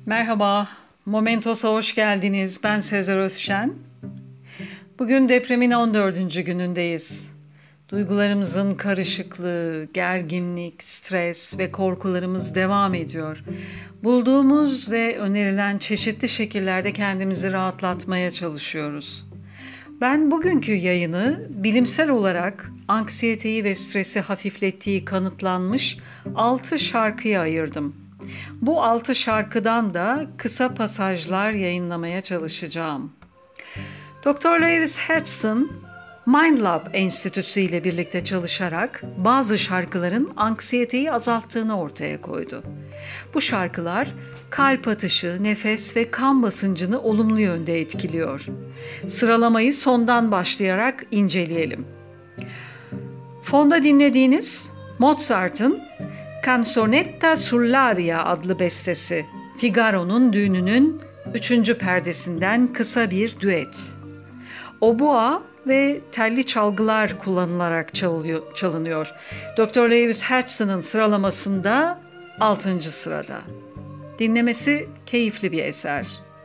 Merhaba, Momentos'a hoş geldiniz. Ben Sezer Özşen. Bugün depremin 14. günündeyiz. Duygularımızın karışıklığı, gerginlik, stres ve korkularımız devam ediyor. Bulduğumuz ve önerilen çeşitli şekillerde kendimizi rahatlatmaya çalışıyoruz. Ben bugünkü yayını bilimsel olarak anksiyeteyi ve stresi hafiflettiği kanıtlanmış 6 şarkıya ayırdım. Bu 6 şarkıdan da kısa pasajlar yayınlamaya çalışacağım. Dr. Lewis Hutson, MindLab Enstitüsü ile birlikte çalışarak bazı şarkıların anksiyeteyi azalttığını ortaya koydu. Bu şarkılar kalp atışı, nefes ve kan basıncını olumlu yönde etkiliyor. Sıralamayı sondan başlayarak inceleyelim. Fonda dinlediğiniz Mozart'ın Canzonetta sull'aria adlı bestesi, Figaro'nun düğününün 3. perdesinden kısa bir düet. Obua ve telli çalgılar kullanılarak çalınıyor. Dr. Lewis Hutson'ın sıralamasında 6. sırada. Dinlemesi keyifli bir eser.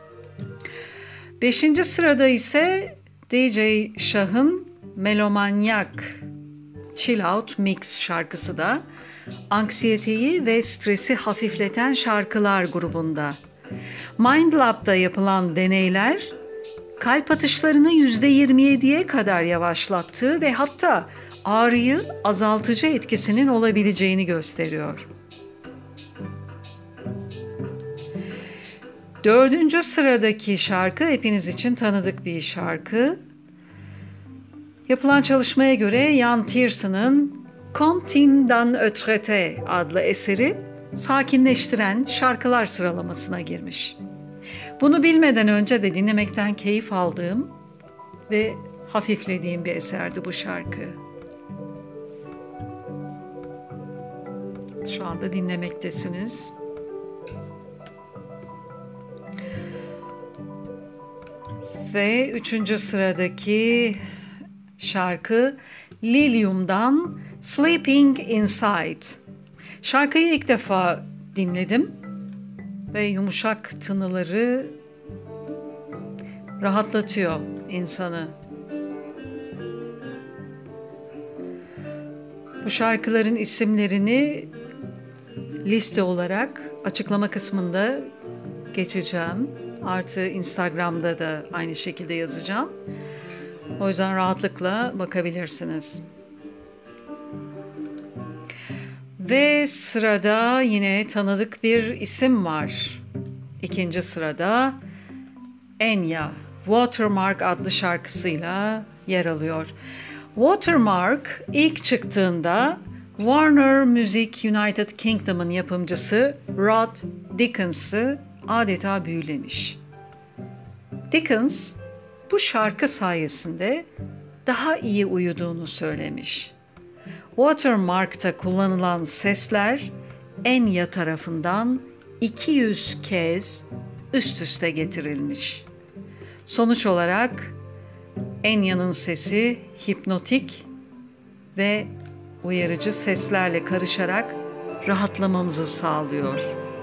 5. sırada ise DJ Shah'ın Melomanyak Chill Out Mix şarkısı da anksiyeteyi ve stresi hafifleten şarkılar grubunda. MindLab'da yapılan deneyler kalp atışlarını %27'ye kadar yavaşlattığı ve hatta ağrıyı azaltıcı etkisinin olabileceğini gösteriyor. 4. sıradaki şarkı hepiniz için tanıdık bir şarkı. Yapılan çalışmaya göre Jan Tiersen'ın Contindan Ötrete adlı eseri sakinleştiren şarkılar sıralamasına girmiş. Bunu bilmeden önce de dinlemekten keyif aldığım ve hafiflediğim bir eserdi bu şarkı. Şu anda dinlemektesiniz. Ve 3. sıradaki şarkı Lilium'dan Sleeping Inside. Şarkıyı ilk defa dinledim ve yumuşak tınıları rahatlatıyor insanı. Bu şarkıların isimlerini liste olarak açıklama kısmında geçeceğim. Artı Instagram'da da aynı şekilde yazacağım. O yüzden rahatlıkla bakabilirsiniz. Ve sırada yine tanıdık bir isim var. 2. sırada Enya, Watermark adlı şarkısıyla yer alıyor. Watermark ilk çıktığında Warner Music United Kingdom'ın yapımcısı Rod Dickens'ı adeta büyülemiş. Dickens bu şarkı sayesinde daha iyi uyuduğunu söylemiş. Watermark'ta kullanılan sesler Enya tarafından 200 kez üst üste getirilmiş. Sonuç olarak Enya'nın sesi hipnotik ve uyarıcı seslerle karışarak rahatlamamızı sağlıyor.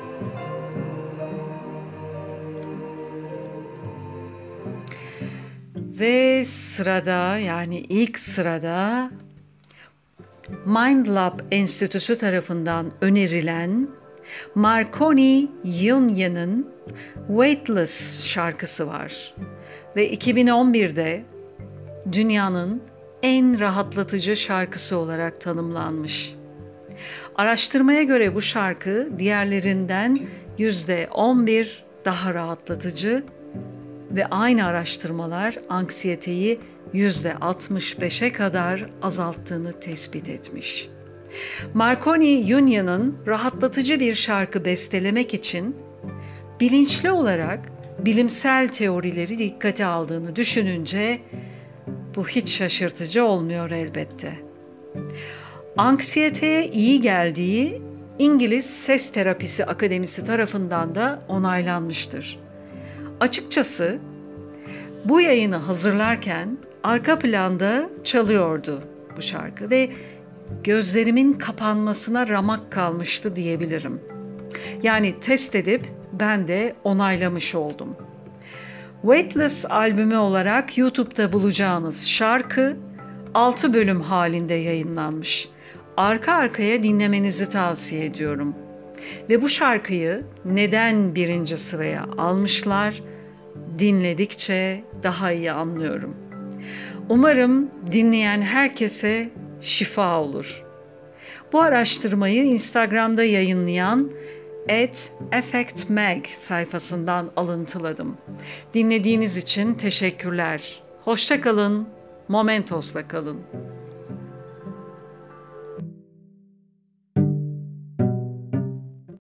Ve sırada, yani ilk sırada MindLab Enstitüsü tarafından önerilen Marconi Union'ın Weightless şarkısı var. Ve 2011'de dünyanın en rahatlatıcı şarkısı olarak tanımlanmış. Araştırmaya göre bu şarkı diğerlerinden %11 daha rahatlatıcı ve aynı araştırmalar anksiyeteyi %65'e kadar azalttığını tespit etmiş. Marconi Union'ın rahatlatıcı bir şarkı bestelemek için bilinçli olarak bilimsel teorileri dikkate aldığını düşününce bu hiç şaşırtıcı olmuyor elbette. Anksiyeteye iyi geldiği İngiliz Ses Terapisi Akademisi tarafından da onaylanmıştır. Açıkçası bu yayını hazırlarken arka planda çalıyordu bu şarkı ve gözlerimin kapanmasına ramak kalmıştı diyebilirim. Yani test edip ben de onaylamış oldum. Weightless albümü olarak YouTube'da bulacağınız şarkı 6 bölüm halinde yayınlanmış. Arka arkaya dinlemenizi tavsiye ediyorum. Ve bu şarkıyı neden birinci sıraya almışlar? Dinledikçe daha iyi anlıyorum. Umarım dinleyen herkese şifa olur. Bu araştırmayı Instagram'da yayınlayan @effectmag sayfasından alıntıladım. Dinlediğiniz için teşekkürler. Hoşça kalın, Momentos'la kalın.